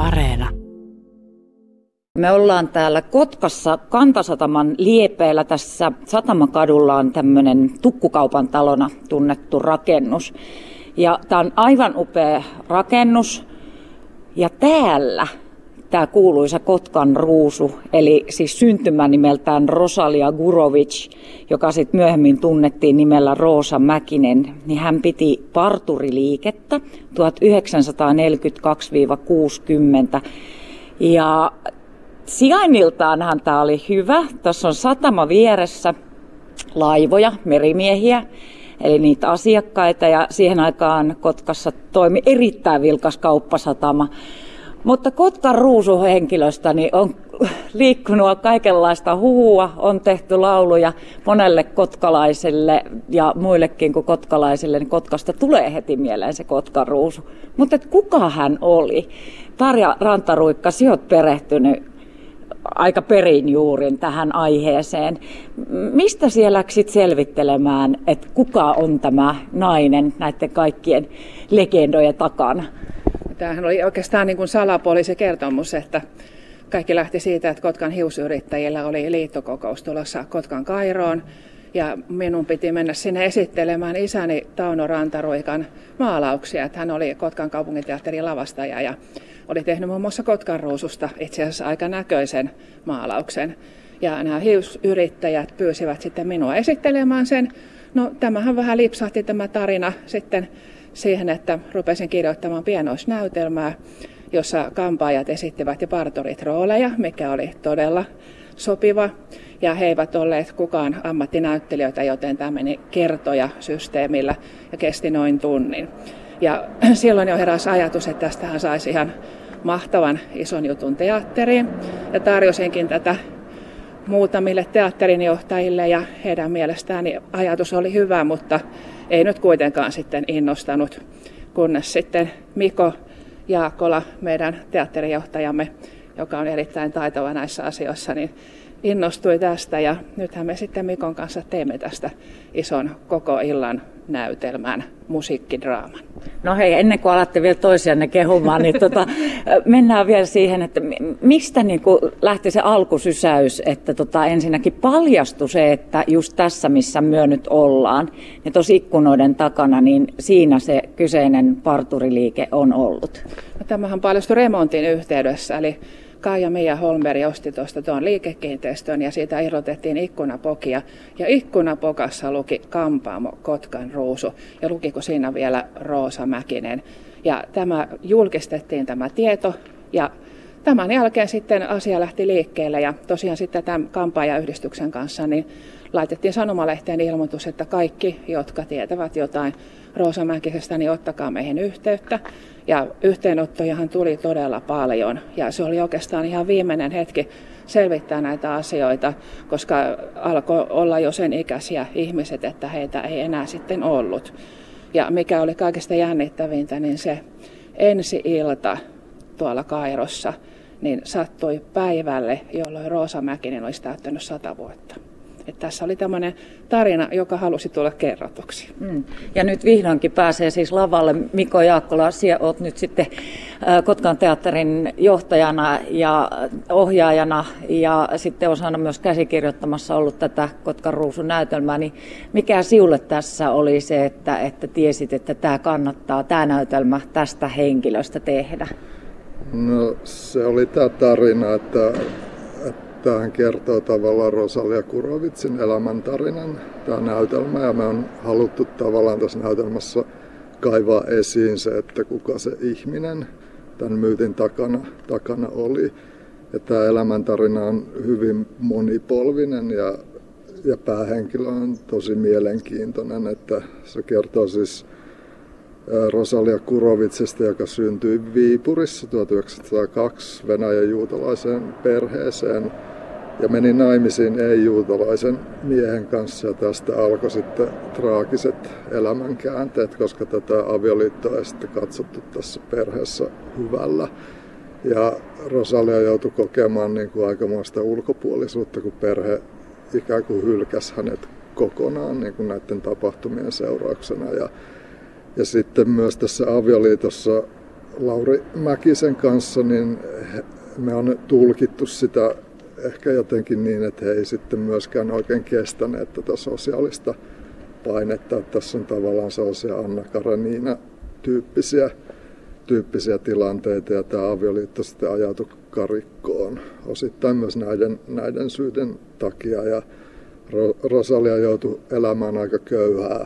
Areena. Me ollaan täällä Kotkassa Kantasataman liepeillä. Tässä Satamakadulla on tämmöinen tukkukaupan talona tunnettu rakennus. Ja tää on aivan upea rakennus. Ja täällä tämä kuuluisa Kotkan ruusu, eli siis syntymänimeltään Rosalia Gurovic, joka sitten myöhemmin tunnettiin nimellä Roosa Mäkinen, niin hän piti parturiliikettä 1942-60. Ja sijainniltaanhan tämä oli hyvä. Tässä on satama vieressä, laivoja, merimiehiä, eli niitä asiakkaita, ja siihen aikaan Kotkassa toimi erittäin vilkas kauppasatama. Mutta Kotkan ruusuhenkilöstä niin on liikkunut kaikenlaista huhua, on tehty lauluja monelle kotkalaiselle ja muillekin kuin kotkalaisille, niin Kotkasta tulee heti mieleen se Kotkan ruusu. Mutta kuka hän oli? Tarja Rantaruikka, sinä olet perehtynyt aika perin juurin tähän aiheeseen. Mistä siellä läksit selvittelemään, että kuka on tämä nainen näiden kaikkien legendojen takana? Tämähän oli oikeastaan niin kuin salapoliisi kertomus, että kaikki lähti siitä, että Kotkan hiusyrittäjillä oli liittokokous tulossa Kotkan Kairoon. Ja minun piti mennä sinne esittelemään isäni Tauno Rantaruikan maalauksia. Että hän oli Kotkan kaupunginteatterin lavastaja ja oli tehnyt muun muassa Kotkan ruususta itse asiassa aika näköisen maalauksen. Ja nämä hiusyrittäjät pyysivät sitten minua esittelemään sen. No tämähän vähän lipsahti tämä tarina sitten siihen, että rupesin kirjoittamaan pienoisnäytelmää, jossa kampaajat esittivät ja parturit rooleja, mikä oli todella sopiva. Ja he eivät olleet kukaan ammattinäyttelijöitä, joten tämä meni kertoja systeemillä ja kesti noin tunnin. Ja silloin jo heräsi ajatus, että tästähän saisi ihan mahtavan ison jutun teatteriin. Ja tarjosinkin tätä muutamille teatterinjohtajille ja heidän mielestään ajatus oli hyvä, mutta ei nyt kuitenkaan sitten innostanut, kunnes sitten Miko Jaakkola, meidän teatterijohtajamme, joka on erittäin taitava näissä asioissa, niin innostui tästä ja nythän me sitten Mikon kanssa teemme tästä ison koko illan näytelmän, musiikkidraaman. No hei, ennen kuin alatte vielä toisianne kehumaan, niin mennään vielä siihen, että mistä niin kuin lähti se alkusysäys, että ensinnäkin paljastui se, että just tässä, missä myö nyt ollaan, ja tuossa ikkunoiden takana, niin siinä se kyseinen parturiliike on ollut. No, tämähän paljastui remontin yhteydessä, eli Kaija-Mia Holmberg osti tuon liikekiinteistön ja siitä irrotettiin ikkunapokia. Ja ikkunapokassa luki Kampaamo Kotkan ruusu ja lukiko siinä vielä Roosa Mäkinen. Ja tämä julkistettiin tämä tieto ja tämän jälkeen sitten asia lähti liikkeelle ja tosiaan sitten tämän kampaajayhdistyksen kanssa niin laitettiin sanomalehteen ilmoitus, että kaikki, jotka tietävät jotain Roosa Mäkisestä, niin ottakaa meihin yhteyttä. Ja yhteenottojahan tuli todella paljon ja se oli oikeastaan ihan viimeinen hetki selvittää näitä asioita, koska alkoi olla jo sen ikäisiä ihmiset, että heitä ei enää sitten ollut. Ja mikä oli kaikista jännittävintä, niin se ensi ilta tuolla Kairossa niin sattui päivälle, jolloin Roosa Mäkinen olisi täyttänyt 100 vuotta. Että tässä oli tämmöinen tarina, joka halusi tulla kerrotuksi. Ja nyt vihdoinkin pääsee siis lavalle Miko Jaakkola. Sinä olet nyt sitten Kotkan teatterin johtajana ja ohjaajana ja sitten osana myös käsikirjoittamassa ollut tätä Kotkan ruusun näytelmää. Niin mikä sinulle tässä oli se, että tiesit, että tämä näytelmä tästä henkilöstä tehdä? No se oli tämä tarina, että tämähän kertoo tavallaan Rosalia Gurovicin elämäntarinan, tämä näytelmä, ja me on haluttu tavallaan tässä näytelmässä kaivaa esiin se, että kuka se ihminen tämän myytin takana oli. Ja tämä elämäntarina on hyvin monipolvinen ja päähenkilö on tosi mielenkiintoinen, että se kertoo siis Rosalia Gurovicista, joka syntyi Viipurissa 1902 Venäjän juutalaiseen perheeseen ja meni naimisiin ei-juutalaisen miehen kanssa. Ja tästä alkoi sitten traagiset elämänkäänteet, koska tätä avioliittoa ei sitten katsottu tässä perheessä hyvällä. Ja Rosalia joutui kokemaan niin kuin aikamoista ulkopuolisuutta, kun perhe ikään kuin hylkäsi hänet kokonaan niin kuin näiden tapahtumien seurauksena. Ja sitten myös tässä avioliitossa Lauri Mäkisen kanssa, niin me on tulkittu sitä ehkä jotenkin niin, että he ei sitten myöskään oikein kestäneet tätä sosiaalista painetta. Että tässä on tavallaan sellaisia Anna Karenina-tyyppisiä tilanteita, ja tämä avioliitto sitten ajautui karikkoon osittain myös näiden syiden takia. Ja Rosalia joutui elämään aika köyhää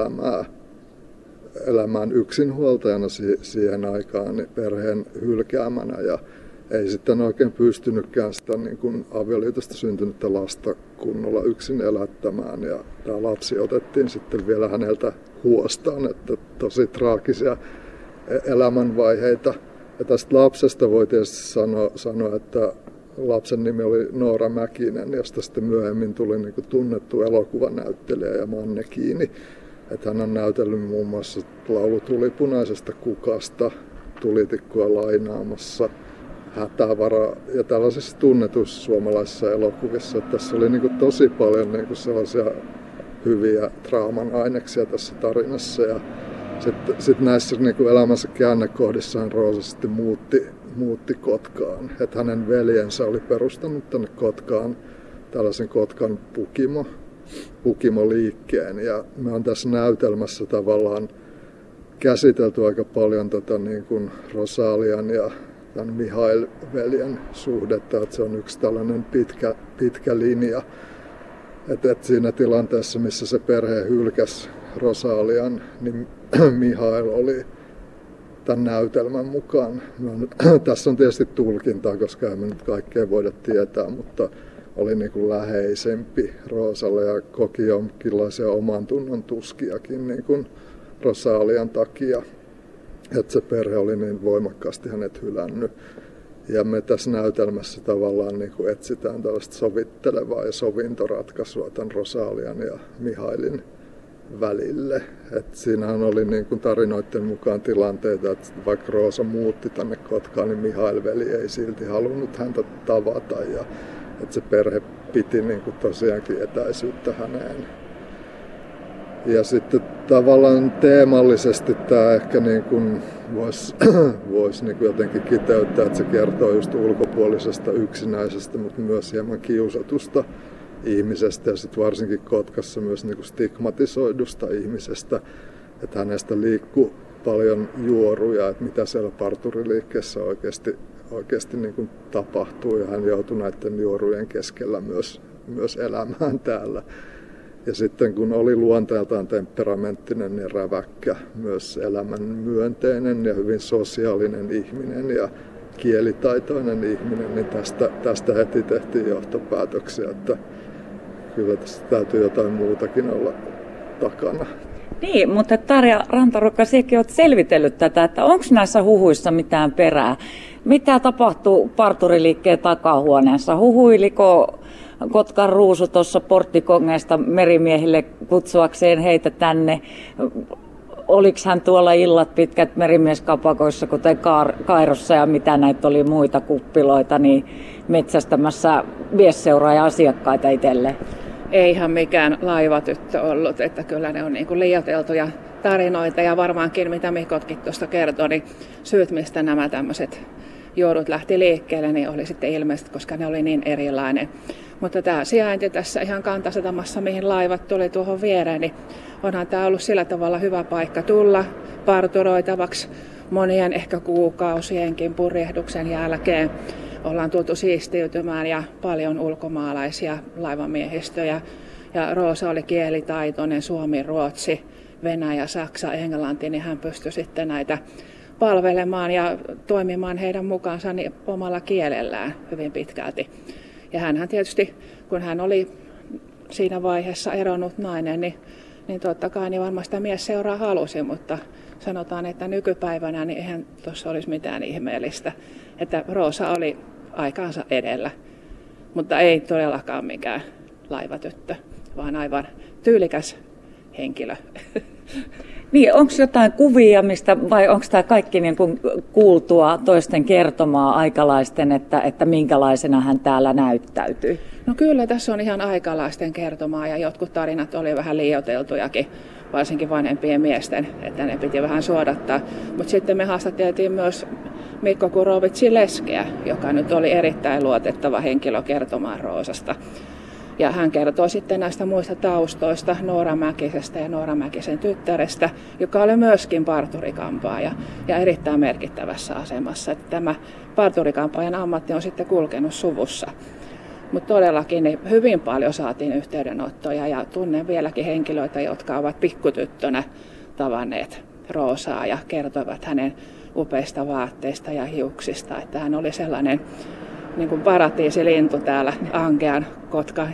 elämään yksinhuoltajana siihen aikaan niin perheen hylkäämänä, ja ei sitten oikein pystynytkään sitä niin kuin avioliitosta syntynyttä lasta kunnolla yksin elättämään, ja tämä lapsi otettiin sitten vielä häneltä huostaan, että tosi traagisia elämänvaiheita. Ja tästä lapsesta voi tietysti sanoa, että lapsen nimi oli Noora Mäkinen, josta sitten myöhemmin tuli niin kuin tunnettu elokuvanäyttelijä ja mannekiini. Että hän on näytellyt muun muassa Laulu tulipunaisesta kukasta, Tulitikkua lainaamassa, Hätävara ja tällaisissa tunnetuissa suomalaisissa elokuvissa. Että tässä oli niin kuin tosi paljon niin kuin sellaisia hyviä draaman aineksia tässä tarinassa. Ja sitten näissä niin kuin elämänsä käännekohdissaan Roosa sitten muutti Kotkaan. Että hänen veljensä oli perustanut tänne Kotkaan tällaisen Kotkan Pukimo-liikkeen. Ja me on tässä näytelmässä tavallaan käsitelty aika paljon niin kuin Rosalian ja tämän Mihail-veljen suhdetta. Että se on yksi tällainen pitkä linja. Että siinä tilanteessa, missä se perhe hylkäsi Rosalian, niin Mihail oli tämän näytelmän mukaan. Tässä on tietysti tulkintaa, koska emme nyt kaikkea voida tietää, mutta oli niin kuin läheisempi Roosalle ja koki jonkinlaisia oman tunnon tuskiakin niin kuin Rosalian takia, että se perhe oli niin voimakkaasti hänet hylännyt. Ja me tässä näytelmässä tavallaan niin kuin etsitään tällaista sovittelevaa ja sovintoratkaisua tämän Rosalian ja Mihailin välille. Et siinähän oli niin kuin tarinoiden mukaan tilanteita, että vaikka Roosa muutti tänne Kotkaan, niin Mihail-veli ei silti halunnut häntä tavata. Ja että se perhe piti niin kuin tosiaankin etäisyyttä häneen. Ja sitten tavallaan teemallisesti tämä ehkä niin kuin voisi niin kuin jotenkin kiteyttää, että se kertoo just ulkopuolisesta yksinäisestä, mutta myös hieman kiusatusta ihmisestä ja sitten varsinkin Kotkassa myös niin kuin stigmatisoidusta ihmisestä, että hänestä liikkuu paljon juoruja, että mitä siellä parturiliikkeessä oikeasti niin kuin tapahtuu, ja hän joutui näiden juorujen keskellä myös elämään täällä. Ja sitten kun oli luonteeltaan temperamenttinen ja räväkkä, myös elämän myönteinen ja hyvin sosiaalinen ihminen ja kielitaitoinen ihminen, niin tästä heti tehtiin johtopäätöksiä, että kyllä tässä täytyy jotain muutakin olla takana. Niin, mutta Tarja Rantarukka, sinäkin olet selvitellyt tätä, että onko näissä huhuissa mitään perää? Mitä tapahtuu parturiliikkeen takahuoneessa? Huhuiliko Kotkan Ruusu tuossa porttikongeesta merimiehille kutsuakseen heitä tänne? Oliko hän tuolla illat pitkät merimieskapakoissa, kuten Kairossa ja mitä näitä oli muita kuppiloita, niin metsästämässä miesseuraa ja asiakkaita itselleen? Ei ihan mikään laivatyttö ollut, että kyllä ne on niin kuin liioiteltuja tarinoita, ja varmaankin mitä Mikotkin tuosta kertoi, niin syyt mistä nämä tämmöiset joudut lähti liikkeelle, niin oli sitten ilmeisesti, koska ne oli niin erilainen. Mutta tämä sijainti tässä ihan kantasatamassa, mihin laivat tuli tuohon viereen, niin onhan tämä ollut sillä tavalla hyvä paikka tulla parturoitavaksi monien ehkä kuukausienkin purjehduksen jälkeen. Ollaan tultu siistiytymään ja paljon ulkomaalaisia laivamiehistöjä. Ja Roosa oli kielitaitoinen, Suomi, Ruotsi, Venäjä, Saksa, Englanti, niin hän pystyi sitten näitä palvelemaan ja toimimaan heidän mukaansa niin omalla kielellään hyvin pitkälti. Ja hänhän tietysti, kun hän oli siinä vaiheessa eronnut nainen, niin totta kai niin varmaan sitä miesseuraa halusi, mutta sanotaan, että nykypäivänä niin eihän tuossa olisi mitään ihmeellistä. Että Roosa oli aikaansa edellä, mutta ei todellakaan mikään laivatyttö, vaan aivan tyylikäs henkilö. Niin, onko jotain kuvia, vai onko tämä kaikki niin kuin kuultua toisten kertomaa aikalaisten, että minkälaisena hän täällä näyttäytyy? No kyllä, tässä on ihan aikalaisten kertomaa ja jotkut tarinat oli vähän liioiteltujakin, varsinkin vanhempien miesten, että ne piti vähän suodattaa. Mutta sitten me haastateltiin myös Mikko Kurovitsin leskeä, joka nyt oli erittäin luotettava henkilö kertomaan Roosasta. Ja hän kertoo sitten näistä muista taustoista Noora Mäkisestä ja Noora Mäkisen tyttärestä, joka oli myöskin parturikampaaja ja erittäin merkittävässä asemassa. Että tämä parturikampaajan ammatti on sitten kulkenut suvussa. Mutta todellakin niin hyvin paljon saatiin yhteydenottoja ja tunnen vieläkin henkilöitä, jotka ovat pikkutyttönä tavanneet Roosaa ja kertovat hänen upeista vaatteista ja hiuksista. Että hän oli sellainen niin kuin paratiisilintu täällä Ankean Kotka,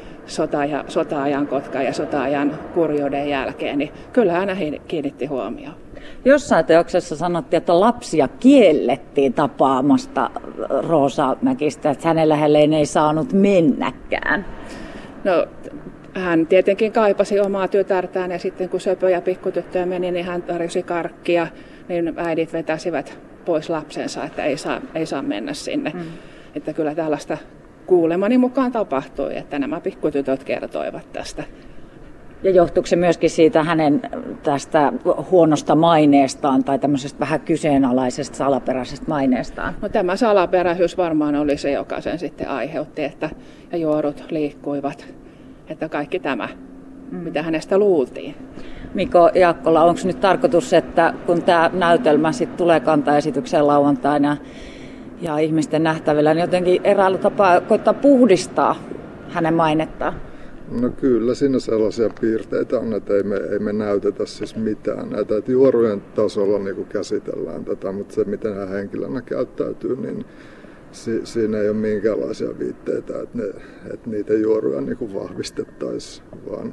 sota-ajan Kotka ja sota-ajan kurjuuden jälkeen, niin kyllähän hän kiinnitti huomioon. Jossain teoksessa sanottiin, että lapsia kiellettiin tapaamasta Roosa Mäkistä, että hänen lähelleen ei saanut mennäkään. No, hän tietenkin kaipasi omaa tytärtään ja sitten kun söpö ja pikkutyttöä meni, niin hän tarjosi karkkia, niin äidit vetäsivät pois lapsensa, että ei saa mennä sinne. Että kyllä tällaista kuulemani mukaan tapahtui, että nämä pikkutytöt kertoivat tästä. Ja johtuuko se myöskin siitä hänen tästä huonosta maineestaan tai tämmöisestä vähän kyseenalaisesta salaperäisestä maineestaan? No tämä salaperäisyys varmaan oli se, joka sen sitten aiheutti, että ja juorut liikkuivat, että kaikki tämä, mitä hänestä luultiin. Mikko Jaakkola, onko nyt tarkoitus, että kun tämä näytelmä sitten tulee kantaesitykseen lauantaina ja ihmisten nähtävillä, niin jotenkin eräällä tapaa koittaa puhdistaa hänen mainettaan? No kyllä siinä sellaisia piirteitä on, että ei me näytetä siis mitään näitä. Että juorujen tasolla niin kuin käsitellään tätä, mutta se miten hän henkilönä käyttäytyy, niin siinä ei ole minkäänlaisia viitteitä, että niitä juoruja niin kuin vahvistettaisiin, vaan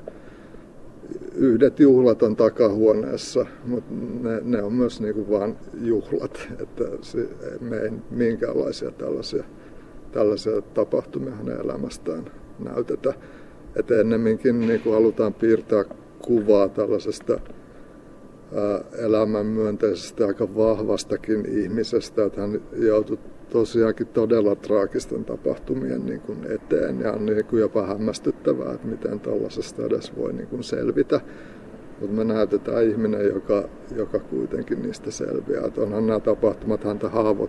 yhdet juhlat on takahuoneessa, mutta ne on myös niin kuin vaan juhlat, että me ei minkäänlaisia tällaisia tapahtumia hänen elämästään näytetä. Että ennemminkin niin kuin halutaan piirtää kuvaa tällaisesta elämänmyönteisestä aika vahvastakin ihmisestä, että hän joutui tosiaankin todella traagisten tapahtumien niin kuin eteen ja on niin kuin jopa hämmästyttävää, että miten tällaisesta edes voi niin kuin selvitä. Mutta me näytetään ihminen, joka kuitenkin niistä selviää. Että onhan nämä tapahtumat häntä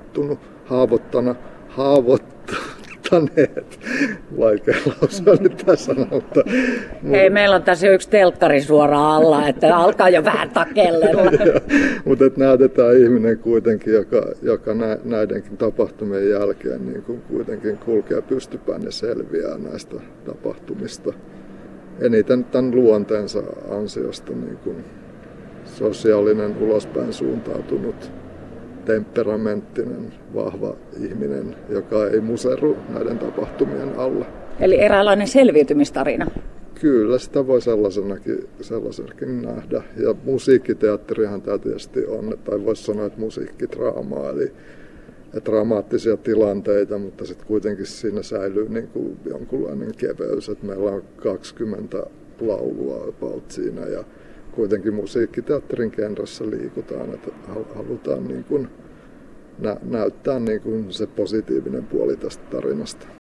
haavoittaneet. Vaikea lausua nyt tässä sanota. Hei, meillä on tässä yksi telkkari suoraan alla, että alkaa jo vähän takellella. Mutta näytetään ihminen kuitenkin, joka näidenkin tapahtumien jälkeen niin kuin kuitenkin kulkee pystypäin ja selviää näistä tapahtumista. Eniten tämän luonteensa ansiosta niin kuin sosiaalinen, ulospäin suuntautunut, temperamenttinen, vahva ihminen, joka ei muserru näiden tapahtumien alla. Eli eräänlainen selviytymistarina. Kyllä, sitä voi sellaisenakin nähdä. Ja musiikkiteatterihan tämä tietysti on, tai voisi sanoa, että musiikkidraamaa, eli dramaattisia tilanteita, mutta sitten kuitenkin siinä säilyy niin kuin jonkunlainen keveys, että meillä on 20 laulua about siinä ja kuitenkin musiikkiteatterin genressä liikutaan, että halutaan niin kuin näyttää niin kuin se positiivinen puoli tästä tarinasta.